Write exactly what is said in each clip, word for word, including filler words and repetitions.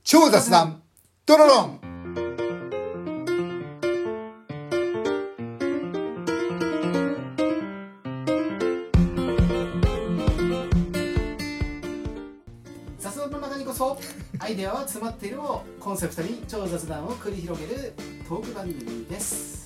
超雑談ドロロン。 雑談の中にこそアイデアは詰まっているをコンセプトに超雑談を繰り広げるトーク番組です。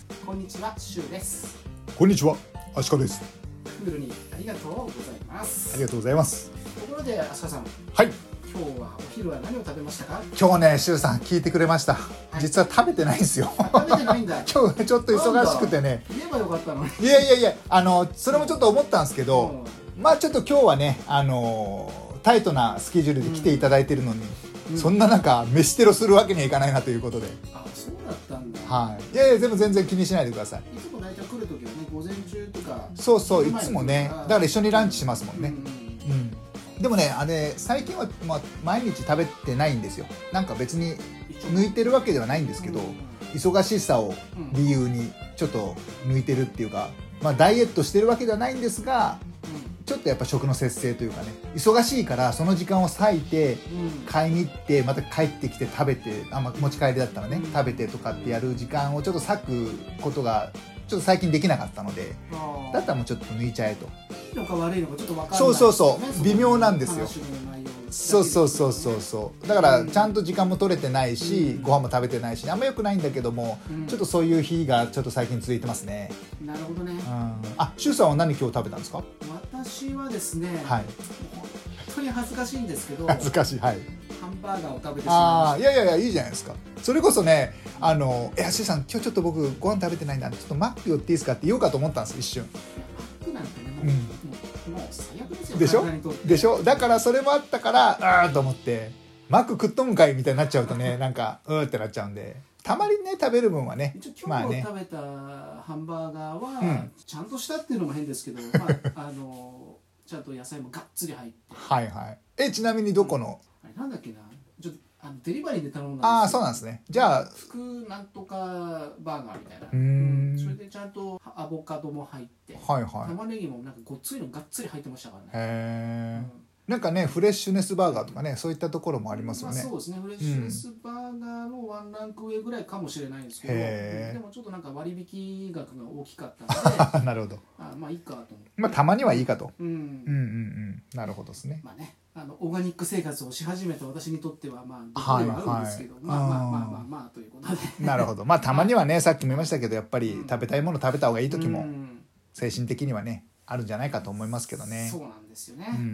こんにちは、シュウです。 こんにちは、アシカです。 クールにありがとうございます。 ありがとうございます。 ところでアシカさん、 はい、 今日はお昼は何を食べましたか？ 今日ね、シュウさん聞いてくれました、はい、実は食べてないんですよ。 食べてないんだ。 今日ちょっと忙しくてね。 言えばよかったのに。 いやいやいや、あのそれもちょっと思ったんですけど、うん、まあちょっと今日はね、あのタイトなスケジュールで来ていただいてるのに、うん、そんななんか飯テロするわけにはいかないなということで。 あ、そうだったんだ。 はい。いやいや、でも全然気にしないでください。 いつも大体来るときはね、午前中とか。 そうそう、いつもね、だから一緒にランチしますもんね。うん、うんうん、でもね、あれ最近は、まあ、毎日食べてないんですよ。なんか別に抜いてるわけではないんですけど、うん、忙しさを理由にちょっと抜いてるっていうか、まあダイエットしてるわけではないんですが、ちょっとやっぱ食の節制というかね、忙しいからその時間を割いて買いに行ってまた帰ってきて食べて、あ、まあ、持ち帰りだったらね、うん、食べてとかってやる時間をちょっと割くことがちょっと最近できなかったので、だったらもうちょっと抜いちゃえと。 いいのか悪いのかちょっと分かんない、ね、 そうそうそう、微妙なんですよ。そうそうそうそうそうだからちゃんと時間も取れてないし、うん、ご飯も食べてないし、あんま良くないんだけども、うん、ちょっとそういう日がちょっと最近続いてますね。 なるほどね。うん、 あ、シュウさんは何今日食べたんですか？ 私はですね、 はい、 本当に恥ずかしいんですけど、 恥ずかしい、はい、 ハンバーガーを食べてしまいました。 あ、いやいやいや、いいじゃないですか。それこそね、あの、いや、シュウさん今日ちょっと僕ご飯食べてないんだ、ちょっとマック寄っていいですかって言おうかと思ったんです一瞬。 マックなんてね、もう、うん、もう最悪ですよ。 でしょでしょ。だからそれもあったからあーと思って、マック食っとんかいみたいになっちゃうとね、なんかうーってなっちゃうんで、たまにね食べる分はね、 今日食べたハンバーガーはちゃんとしたっていうのも変ですけど、うん、まあ、あのちゃんと野菜もがっつり入ってはいはい。え、ちなみにどこの、 うん、あれなんだっけな、ちょっとあのデリバリーで頼んだんですよ。 ああ、そうなんですね。じゃあ福なんとかバーガーみたいな、 うーん、 それでちゃんとアボカドも入って、 はいはい、 玉ねぎもなんかごっついのがっつり入ってましたからね。 へー、うん、なんかね、フレッシュネスバーガーとかね、そういったところもありますよね。 まあ、そうですね、フレッシュネスバーガーのワンランク上ぐらいかもしれないんですけど、でもちょっとなんか割引額が大きかったのでなるほど、あ、まあいいかと思って、まあたまにはいいかと、うん、うんうんうんなるほどですね。まあね、あのオーガニック生活をし始めた私にとってはまあできではあるんですけど、はいはい、まあまあまあまあまあということでなるほど、まあたまにはね、さっきも言いましたけど、やっぱり食べたいもの食べた方がいい時も精神的にはねあるんじゃないかと思いますけどね。 そうなんですよね。うん、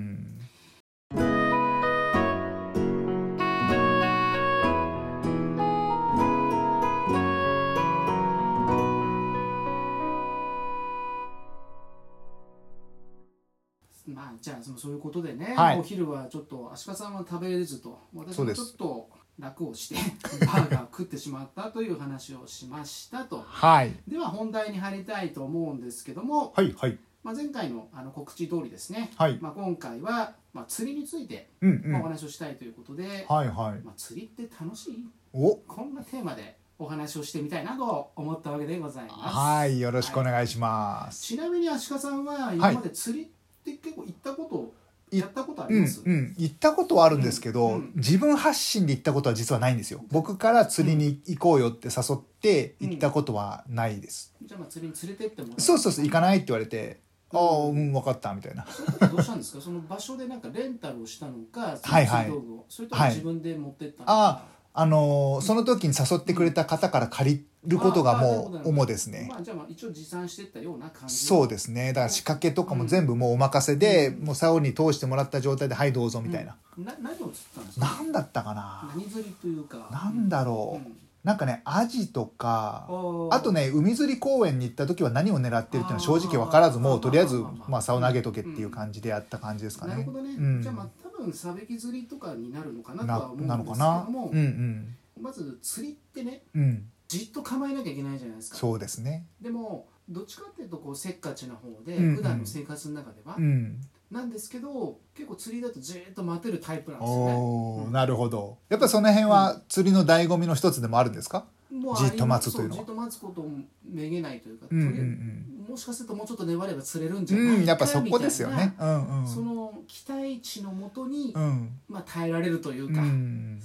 まあ、じゃあそういうことでね、はい、お昼はちょっとアシカさんは食べれずと、私もちょっと楽をしてバーガーを食ってしまったという話をしましたと、はい、では本題に入りたいと思うんですけども、はいはい、まあ、前回 の, あの告知通りですね、はい、まあ、今回は、まあ、釣りについてお話をしたいということで、うんうん、はいはい、まあ、釣りって楽しい？おこんなテーマでお話をしてみたいなと思ったわけでございます。 はい、よろしくお願いします。 はい、ちなみにアシカさんは今まで釣りって結構行ったことやったことあります？ うんうん、行ったことはあるんですけど、うんうん、自分発信で行ったことは実はないんですよ。僕から釣りに行こうよって誘って行ったことはないです。 うん、じゃあまあ釣りに連れてってもらって、 そうそうそう、行かないって言われて、うん、ああ、うん、分かったみたいな。 どうしたんですか？その場所でなんかレンタルをしたのか、はいはい、道具をそれとも自分で持ってったのか。はい、ああのー、その時に誘ってくれた方から借りることがもう主ですね。 まあ、じゃあまあ一応持参してったような感じ。 そうですね。だから仕掛けとかも全部もうお任せで、うん、もう竿に通してもらった状態で、はいどうぞみたいな。 うん、な何を釣ったんですか？ 何だったかな。 何釣りというか。 なんだろう。うん、なんかね、アジとか、あとね、海釣り公園に行った時は何を狙ってるっていうのは正直分からず、もうとりあえずまあ竿投げとけっていう感じでやった感じですかね。 なるほどね。うん、じゃあまあ多分サベキ釣りとかになるのかなとは思うんですけども、うんうん、まず釣りってね、うん、じっと構えなきゃいけないじゃないですか。 そうですね。 でもどっちかっていうとこうせっかちな方で、うんうん、普段の生活の中では、うん、なんですけど、結構釣りだとじーっと待てるタイプなんですよね。 お、うん、なるほど。やっぱりその辺は釣りの醍醐味の一つでもあるんですか？ もうじっと待つというのは。 じっと待つことをめげないというか、うんうんうん、もしかするともうちょっと粘れば釣れるんじゃないかみたいな、うん、 やっぱそこですよね。うんうん、 その期待値のもとに、うん、まあ、耐えられるというか、うん、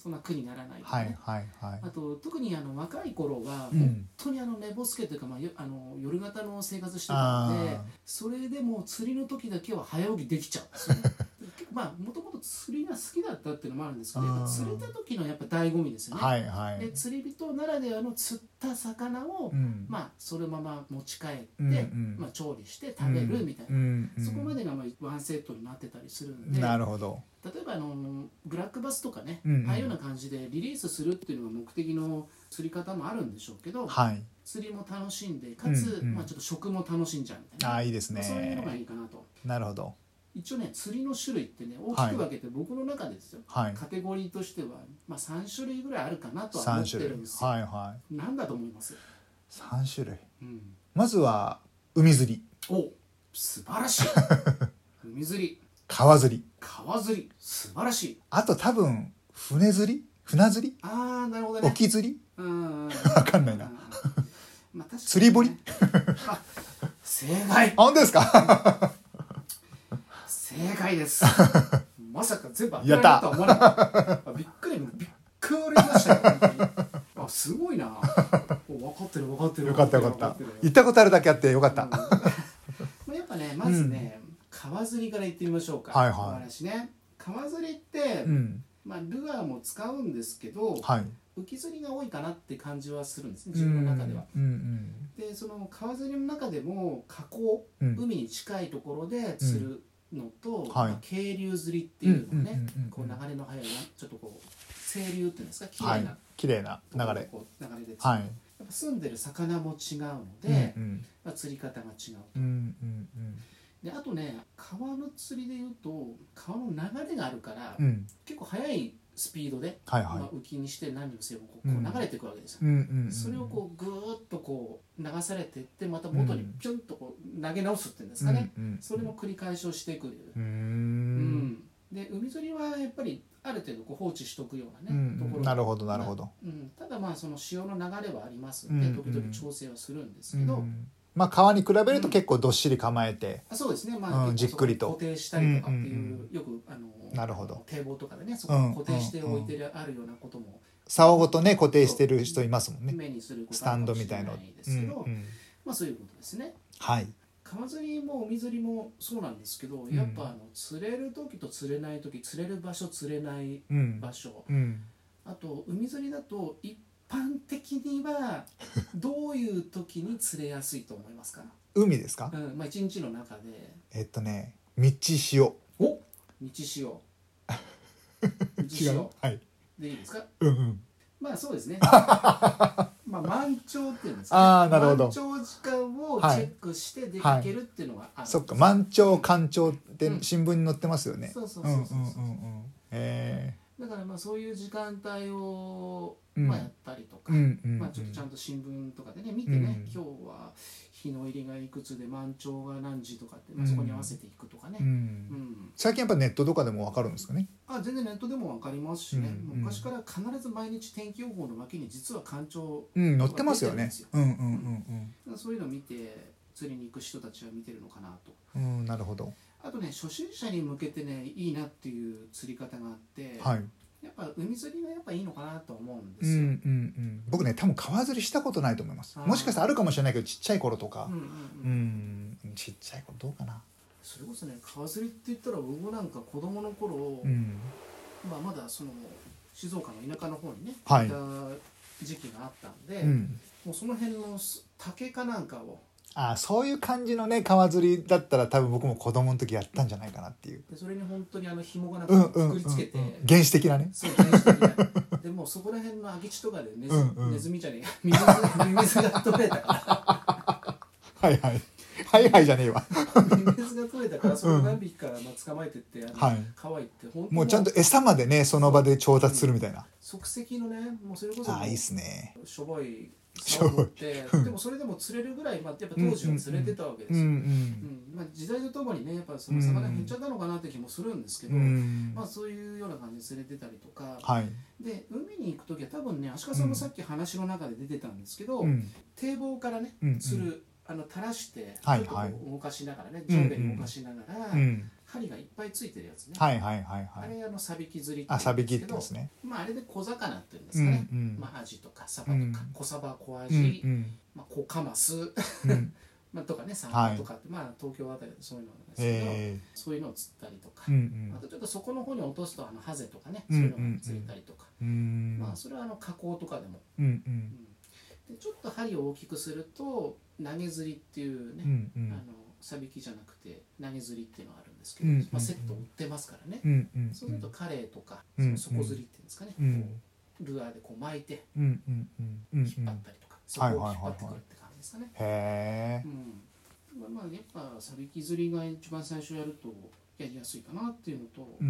そんな苦にならないとかね、 はいはいはい、 あと特にあの若い頃はうん本当にあの寝ぼすけというか、まあ、よあの夜型の生活してたんで、 あそれでも釣りの時だけは早起きできちゃうんですよね結構まあもともと釣りが好きだったっていうのもあるんですけど、やっぱ釣れた時のやっぱ醍醐味ですよね、 はいはい、 で釣り人ならではの釣った魚を、 うん、 まあそのまま持ち帰って、 うんうんまあ、調理して食べるみたいな、 うんうん、 そこまでがまあワンセットになってたりするんで、 なるほど、 例えばあのブラックバスとかね、 うんうん、 ああいうような感じでリリースするっていうのが目的の釣り方もあるんでしょうけど、 はい、 釣りも楽しんでかつ、 うんうん、 まあ、ちょっと食も楽しんじゃうみたいな、 ああいいですね、 まあ、そういうのがいいかなと。 なるほど、 一応ね釣りの種類ってね大きく分けて僕の中でですよ、 はい、 カテゴリーとしては、まあ、さん種類ぐらいあるかなとは思ってるんですよ。 はいはい、 なんだと思います？ さん種類、 うん、 まずは海釣り、 お素晴らしい海釣り、 川釣り、 川釣り素晴らしい。 あと多分船釣り、船釣り、 ああなるほどね、 沖釣り、 うん分かんないな、 まあ、確かにね、 釣り堀あ正解、 あ本当ですか正解ですまさか全部当てられるとは思わなかったびっくりびっくりましたよ本当に。あすごいな分かってる分かってる、 よかったよかった分かってる行ったことあるだけあってよかった、 うんまあやっぱねまずね、うん、川釣りから行ってみましょうか。 はいはい、 お話ね、川釣りって、 うんまあ、ルアーも使うんですけど、 はい、 浮き釣りが多いかなって感じはするんですね自分の中では、 うんうんでその川釣りの中でも河口、 うん、 海に近いところで釣るのと、 うんはいまあ、渓流釣りっていうのね、 うんうんうんうん、 こう流れの速いなちょっとこう清流っていうんですか綺麗な、 はい、綺麗な流れ、 こう流れで釣る、 はい、 やっぱ住んでる魚も違うので、 うんうんまあ、釣り方が違うと、 うんうんであとね川の釣りでいうと川の流れがあるから、 うんうん結構速いスピードで、 はいはい、 まあ、浮きにして何にせよこうこう流れていくわけですよ、 うんうんうん、 それをこうぐーっとこう流されていってまた元にピュンとこう投げ直すっていうんですかね、 うんうん、 それの繰り返しをしていく、 うん、 うんで海釣りはやっぱりある程度こう放置しとくようなね、 うんうん、 ところなるほどなるほど、 まあうん、ただまあその潮の流れはありますので、 うんうん、 時々調整はするんですけど、 うんまあ、川に比べると結構どっしり構えて、 うん、そうですね、まあうん、じっくりと固定したりとかっていう、 うんうんうん、 よくあのなるほど堤防とかでねそこに固定して置いてあるようなことも、 竿ごとね固定してる人いますもんね、 目にすることスタンドみたいの、 ですけど、 うんうん、 まあそういうことですね。 はい川釣りも海釣りもそうなんですけど、やっぱあの釣れる時と釣れない時、釣れる場所釣れない場所、 うんうん、 あと海釣りだと一般的にはどういう時に釣れやすいと思いますか？ 海ですか？ うんまあ、一日の中でえっとね道潮、 お道潮道潮はいでいいですか？ うんうんまあそうですねまあ満潮っていうんですか、ね、 あーなるほど満潮時間をチェックして出かけるっていうのがあるんです、 そっか満潮干潮って新聞に載ってますよね、 そうそうそうそうそう、 うんうんうんうんへだからまあそういう時間帯をうんまあやったりとか、 うんうんうんまあちょっとちゃんと新聞とかでね見てね、 うん今日は日の入りがいくつで満潮が何時とかって、まあ、 うんそこに合わせていくとかね、 ううんん最近やっぱネットとかでも分かるんですかね？ あ全然ネットでも分かりますしね、 うんもう昔から必ず毎日天気予報の脇に実は干潮うん載ってますよね出てるんですようんうんうんだからそういうのを見て釣りに行く人たちは見てるのかなと。 うんうんなるほどあとね初心者に向けてねいいなっていう釣り方があって、 はいやっぱ海釣りがやっぱいいのかなと思うんでうんうすよ、 んうん僕ね多分川釣りしたことないと思いますあーもしかしたらあるかもしれないけどちっちゃい頃とかうんうんううんんちっちゃい頃どうかなそれこそね川釣りって言ったら僕なんか子供の頃、 うんまあ、まだその静岡の田舎の方にね、 はいいた時期があったんで、 うんもうその辺の竹かなんかをあーそういう感じのね川釣りだったら多分僕も子供の時やったんじゃないかなっていうでそれに本当にあの紐がなんうんかうんうんうんくくりつけて、 原始的なねそう原始的なでもうそこら辺の空き地とかでネズ,、 うんうんネズミじゃねえミミズミミズが取れたかはいはいはいはいじゃねえわらミミズが取れたからそれを何匹かまあ捕まえてってあの、 はい川行って本当もうちゃんと餌までねその場で調達するみたいな即席のねもうそれこそああいいっすねしょぼい竿を持ってでもそれでも釣れるぐらい、まあ、やっぱ当時は釣れてたわけですよ、 うんうんまあ、時代とともにねやっぱその魚減っちゃったのかなって気もするんですけど、 うんうんまあ、そういうような感じで釣れてたりとか、 はいで海に行く時は多分ね足利さんもさっき話の中で出てたんですけど、 うん堤防からねうん釣る、あの垂らしてちょっとこはいはいう動かしながらねうん上下に動かしながら、 うん針がいっぱいついてるやつね、 はいはいはいはい、 あれあのサビキ釣りってあ、サビキっ言うんですけど、 てですね、 まあ、あれで小魚っていうんですかね、 うんうん、 まあ、アジとかサバとか、 うん、 小サバ小アうジ、 んうんまあ、小カマス、 うんまあ、とかねサンマとかって、はい、まあ、東京あたりでそういうのなんですけど、 えー、 そういうのを釣ったりとか、 うんうん、 あとちょっとそこの方に落とすとあのハゼとかね、そういうのが釣れたりとか、 うんうん、 まあ、それはあの加工とかでも、 うんうん、 でちょっと針を大きくすると投げ釣りっていうね、 うんうん、 あのサビキじゃなくて投げ釣りっていうのがあるんですけど、 うんうん、 まあ、セット売ってますからね、 うんうん、 そうするとカレイとか、 うん、 その底釣りっていうんですかね、 うん、 こうルアーでこう巻いてうんうんうん、 引っ張ったりとか、そこを引っ張ってくるって感じですかね。 へえ、 うん、まあやっぱサビキ釣りが一番最初やるとやりやすいかなっていうのと、 うん、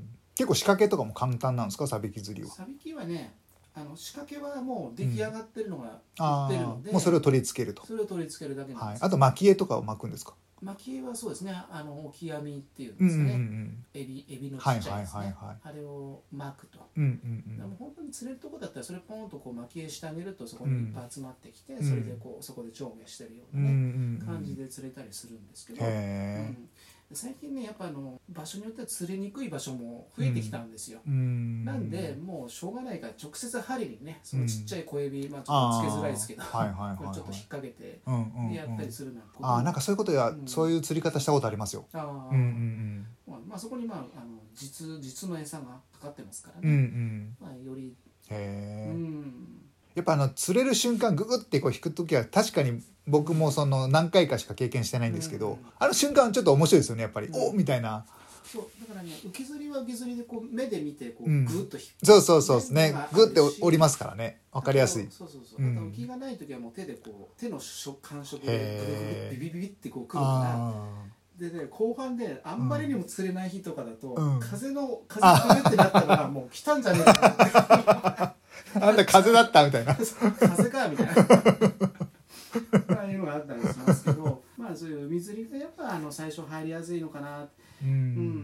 結構仕掛けとかも簡単なんですか、サビキ釣りは。 サビキはね、あの仕掛けはもう出来上がってるのが売ってるので、 うん、もうそれを取り付けると。 それを取り付けるだけなんです、 はい、あと巻き絵とかを巻くんですか。 巻き絵はそうですね、あのオキアミっていうんですかね、 うんうんうん、 エビエビのちっちゃいですね、 はいはいはいはい、 あれを巻くと、 うんうんうん、 でも本当に釣れるとこだったらそれポンとこう巻き絵してあげるとそこにいっぱい集まってきて、うん、それでこうそこで上下してるようなね、うんうんうん、感じで釣れたりするんですけど、へー、うん、最近ねやっぱあの場所によっては釣れにくい場所も増えてきたんですよ、うん、なんでもうしょうがないから直接針にねそのちっちゃい小エビ、まあ、ちょっとつけづらいですけど、はいはいはいはい、これちょっと引っ掛けて、うんうんうん、でやったりするなんてことも、 あ、なんかそういうことや、うん、そういう釣り方したことありますよ。 あ、 うんうんうん、 まあ、そこに、まあ、あの 実, 実の餌がかかってますからね、 うんうん、 まあ、よりへー、 うん、 やっぱあの釣れる瞬間ググってこう引くときは確かに僕もその何回かしか経験してないんですけど、うん、あの瞬間はちょっと面白いですよねやっぱり、うん、おみたいな。 そうだからね、浮き釣りは浮き釣りでこう目で見てこう、うん、グッと引っ張る、そうそうそうですね、グッて折りますからね、分かりやすい。 そうそうそう、うん、あと浮きがない時はもう手でこう手の感触でビビビビってこうくるからでね、後半であんまりにも釣れない日とかだと、うん、風の風が出ってなったらもう来たんじゃねえかあんた風だったみたいな風かみたいなああいうのがあったりしますけど、まあそういう海釣りがやっぱあの最初入りやすいのかな、うん、うん、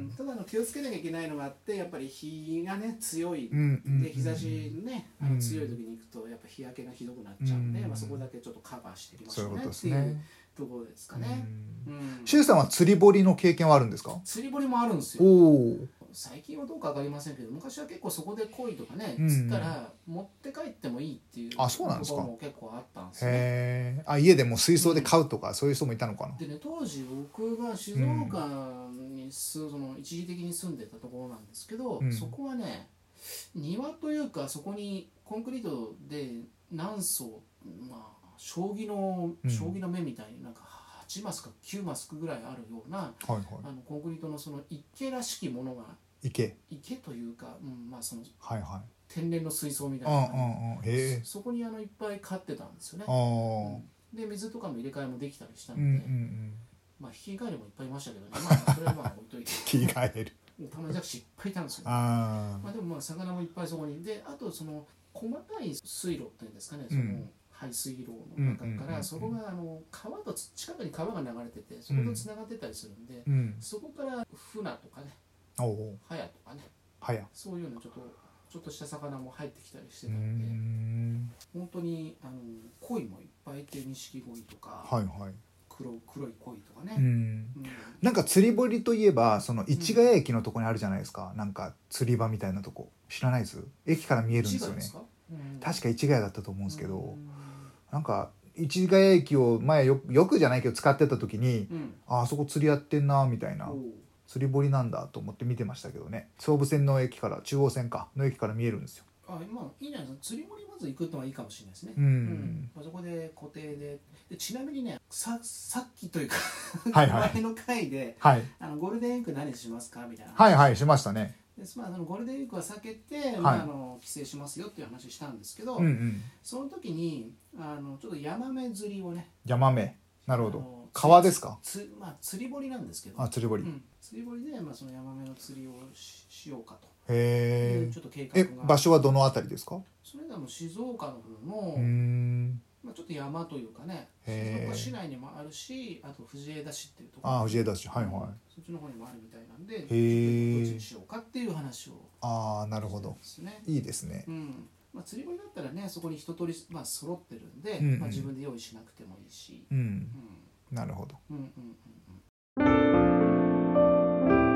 ただの気をつけなきゃいけないのがあって、やっぱり日がね強い、うん、で日差しね、うん、あの強い時に行くとやっぱ日焼けがひどくなっちゃうんで、うん、まあ、そこだけちょっとカバーしていきましょうねっていうところですかね。 シュウさんは釣り堀の経験はあるんですか？ 釣り堀もあるんですよ。 お最近はどうか分かりませんけど、昔は結構そこで鯉とかね、釣ったら持って帰ってもいいっていうところも結構あったんですね。 へー、あ、家でも水槽で飼うとか、うん、そういう人もいたのかな。 でね、当時僕が静岡に住、その一時的に住んでたところなんですけど、うん、そこはね庭というかそこにコンクリートで何層、まあ将棋の将棋の目みたいになんかはちマスかきゅうマスぐらいあるような、はいはい、あのコンクリートのその池らしきものが池池というか、うん、まあその、 はいはい、 天然の水槽みたいな、 うんうん、へそ, そこにあのいっぱい飼ってたんですよね、うん、で水とかも入れ替えもできたりしたので、うんうんうん、まあヒキガエルもいっぱいいましたけどね、まあ、それはまあ置いといてヒキガエルたまにジャクシいっぱいいたんですよ、ね、あ、まあ、でもまあ魚もいっぱいそこにで、あとその細かい水路っていうんですかね、その、うん、排水路の中からそこがあの川と近くに川が流れててそことつながってたりするんで、うん、そこから船とかね、ハヤとかね、ハヤ、そういうようなちょっとちょっとした魚も入ってきたりしてたんで、ん本当にあの鯉もいっぱいいて、錦鯉とか、はいはい、黒, 黒い鯉とかね、うん、うん、 なんか釣り堀といえばその市ヶ谷駅のとこにあるじゃないですか、うん、なんか釣り場みたいなとこ知らないです？駅から見えるんですよね。うん、確か市ヶ谷だったと思うんですけど、うん、なんか市ヶ谷駅を前 よ, よくじゃないけど使ってた時に、うん、あ, あそこ釣りやってんなみたいな、釣り堀なんだと思って見てましたけどね。総武線の駅から中央線かの駅から見えるんですよ。 あ、まあいいじゃないですか。釣り堀まず行くのはいいかもしれないですね。うん、うん、あそこで固定 で, でちなみにね さ, さっきというかはい、はい、前の回で、はい、あのゴールデンウィーク何しますかみたいなはいはいしましたね。 でまあ、そのゴールデンウィークは避けて、はい、まあ、あの帰省しますよっていう話したんですけど、うんうん、その時にあのちょっとヤマメ釣りをね、 ヤマメ、なるほど、川ですか？ つ、まあ、釣り堀なんですけど、 あ、釣り堀、うん、 釣り堀で、まあ、そのヤマメの釣りを し, しようかと。 へえ。 ちょっと計画が。 え、場所はどのあたりですか？ それでも静岡の方の、うーん、まあ、ちょっと山というかね、静岡市内にもあるし、あと藤枝市っていうところ、 あ、藤枝市、はいはい、 そっちの方にもあるみたいなんで、へー、どっちにしようかっていう話を、 ああ、なるほど、ね、いいですね、 うん、まあ、釣り堀だったらね、そこに一通り、まあ、揃ってるんで、うんうん、まあ、自分で用意しなくてもいいし、うん、うん、 なるほど、うんうんうんうん。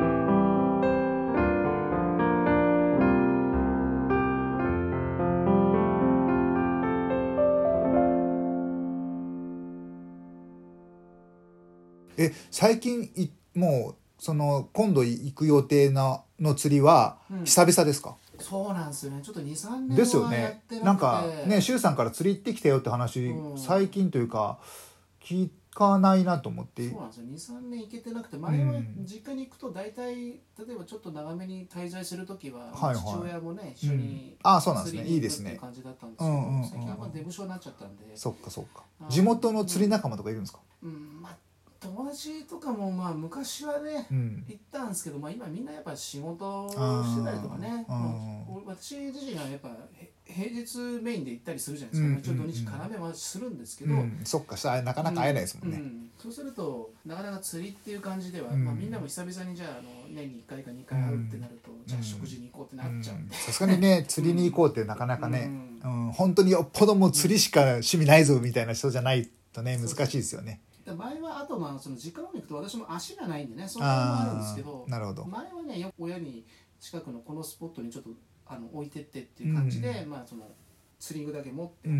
え最近いもうその今度行く予定なの釣りは久々ですか？ うん、そうなんですよね。ちょっと にさんねんですよはやっね。 てなくて、 なんかね周さんから釣り行ってきたよって話、 うん、 最近というか聞かないなと思って。 そうなんですよ。にさんねん行けてなくて、前は実家に行くと大体、例えばちょっと長めに滞在するときは、はいはい、父親もね一緒に釣りに行くっていう感じだったんですけど、うん、最近はまあ出不精になっちゃったんで。 そっかそっか。地元の釣り仲間とかいるんですか？ うん、うん、まあ友達とかもまあ昔はね、うん、行ったんですけど、まあ、今みんなやっぱ仕事してたりとかね、まあ、私自身がやっぱ平日メインで行ったりするじゃないですか、うんうんうん、ちょっと土日絡めはするんですけど、うん、 そっかさなかなか会えないですもんね、 うんうん、そうするとなかなか釣りっていう感じでは、うんまあ、みんなも久々にじゃあ、あの年にいっかいかにかい会うってなると、うん、じゃあ食事に行こうってなっちゃうんでさすがにね釣りに行こうってなかなかね、うんうん、本当によっぽどもう釣りしか趣味ないぞみたいな人じゃないとね難しいですよね。 前はあとまあその実家の方に行くと私も足がないんでねそういうのもあるんですけど、 なるほど。 前はねよく親に近くのこのスポットにちょっとあの置いてってっていう感じで、うん、まあその釣り具だけ持って、うん、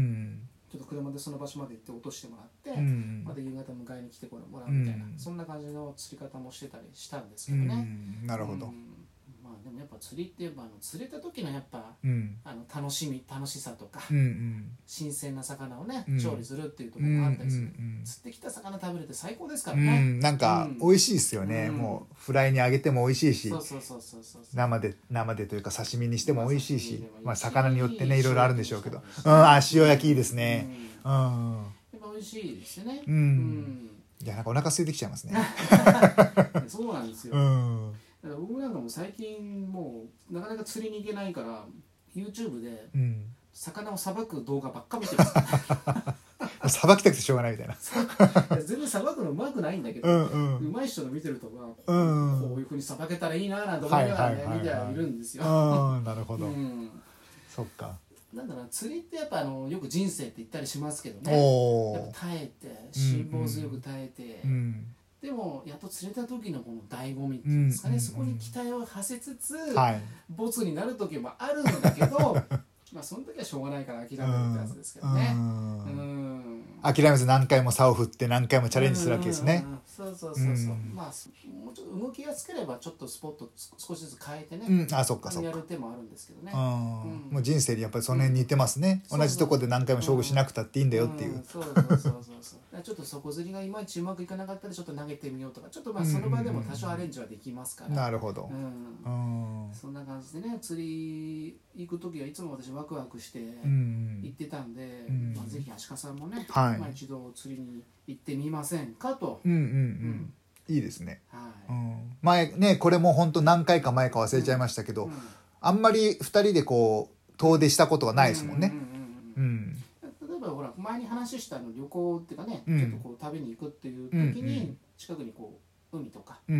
ちょっと車でその場所まで行って落としてもらって、うん、また夕方迎えに来てもらうみたいな、うん、そんな感じの釣り方もしてたりしたんですけどね、 うん、なるほど、 うんまあ、でもやっぱ釣りってやっぱあの釣れた時のやっぱ、うん、あの楽しみ楽しさとか、うんうん、新鮮な魚をね、うん、調理するっていうところもあったりする、うんうんうん、釣ってきた魚食べれて最高ですからね、 うん、なんか美味しいですよね、うん、もうフライに揚げても美味しいし生で生でというか刺身にしても美味しいし、まあ、魚によってねいろいろあるんでしょうけど、うん、あ塩焼きいいですね、うんうん、 やっぱ美味しいですよね、 うんうん、いやなんかお腹空いてきちゃいますねそうなんですよ、うんだから僕なんかも最近もうなかなか釣りに行けないから YouTube で魚をさばく動画ばっか見てるんですさばきたくてしょうがないみたいな全然さばくのうまくないんだけど、うんうん、うまい人の見てるとか、うんうん、こういうふうにさばけたらいいななんて思いながらね見てはいるんですよ。 なるほど、うん、そっかなんだろう釣りってやっぱあのよく人生って言ったりしますけどねやっぱ耐えて辛抱強く耐えて、うんうんでもやっと釣れた時のこの醍醐味っていうんですかね、うんうんうん、そこに期待を馳せつつ、はい、ボツになる時もあるんだけどまあその時はしょうがないから諦めるってやつですけどね、うんうん諦めず何回も竿を振って何回もチャレンジするわけですね、 うんうんうん、そうそうそうそう、うん、まあもうちょっと動きがつければちょっとスポット少しずつ変えてね、 うん、あそっかそっかやる手もあるんですけどね、 うんうん、もう人生にやっぱりその辺似てますね、うん、同じとこで何回も勝負しなくたっていいんだよっていう、うんうん、 そうそうそうそうそうちょっと底釣りがいまいちうまくいかなかったらちょっと投げてみようとかちょっとまあその場でも多少アレンジはできますから、うんうんうん、 なるほど、 うんうん、そんな感じでね釣り行く時はいつも私ワクワクして行ってたんで、うんうんまあ、ぜひアシカさんもね、はいまあ、一度釣りに行ってみませんかと、 うんうんうん、いいですね、はいうん、前ねこれも本当何回か前か忘れちゃいましたけど、うんうん、あんまりふたりでこう遠出したことがないですもんね。 例えばほら前に話したの旅行っていうかね、うん、ちょっとこう旅に行くっていう時に近くにこう海とか、うんうん、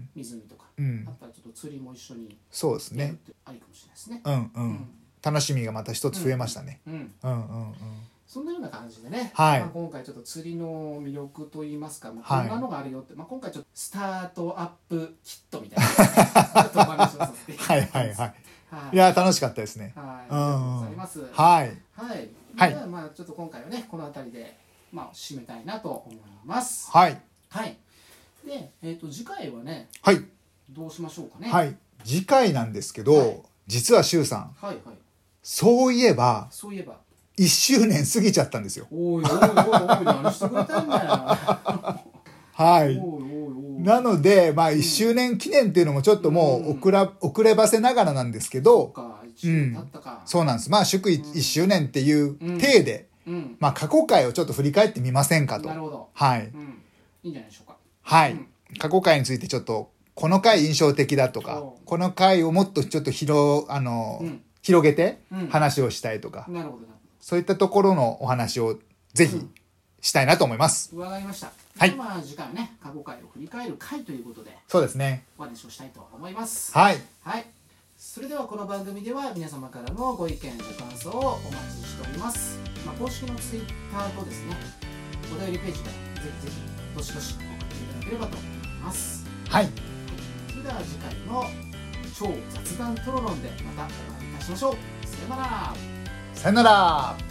湖とか、うん、あったらちょっと釣りも一緒にそうですねありかもしれないですね。 うんうんうん、楽しみがまた一つ増えましたね。うんうんうんうんそんなような感じでね、はいまあ、今回ちょっと釣りの魅力といいますか、まあ、こんなのがあるよって、はいまあ、今回ちょっとスタートアップキットみたいなちょっとお話をさせていただきます。はいはいはい。はい、いや楽しかったですね。はい、ありがとうございます。はい。はい。はい、ではまあちょっと今回はねこの辺りでまあ締めたいなと思います。はい。はい。で、えっと次回はね、はい。どうしましょうかね。はい。 次回なんですけど、はい、実は周さん、はいはい。そういえば、 そういえば。 いっしゅうねん過ぎちゃったんですよ。 おいおいおいおい何してくれたんだよ。 はい。なのでまあいっしゅうねん記念っていうのもちょっともう遅ら、遅ればせながらなんですけど、うん、そうなんです。まあ祝いっしゅうねんっていう体で、うんうん、まあ過去回をちょっと振り返ってみませんかと。 なるほど。 はい。 うん、いいんじゃないでしょうか。 はい。うん、過去回についてちょっとこの回印象的だとか、この回をもっとちょっと広あの、うん、広げて話をしたいとか。なるほど。そういったところのお話をぜひしたいなと思います。 わ、うん、かりました。はい。まあ次回はね、過去回を振り返る回ということで、 そうですね。 お話をしたいと思います。 はい。 はい。それではこの番組では皆様からのご意見ご感想をお待ちしております。まあ公式のツイッターとですね、お便りページでぜひぜひどしどし送っていただければと思います。 はい。 それでは次回の超雑談トロロンでまたお会いいたしましょう。さよなら。 さよなら。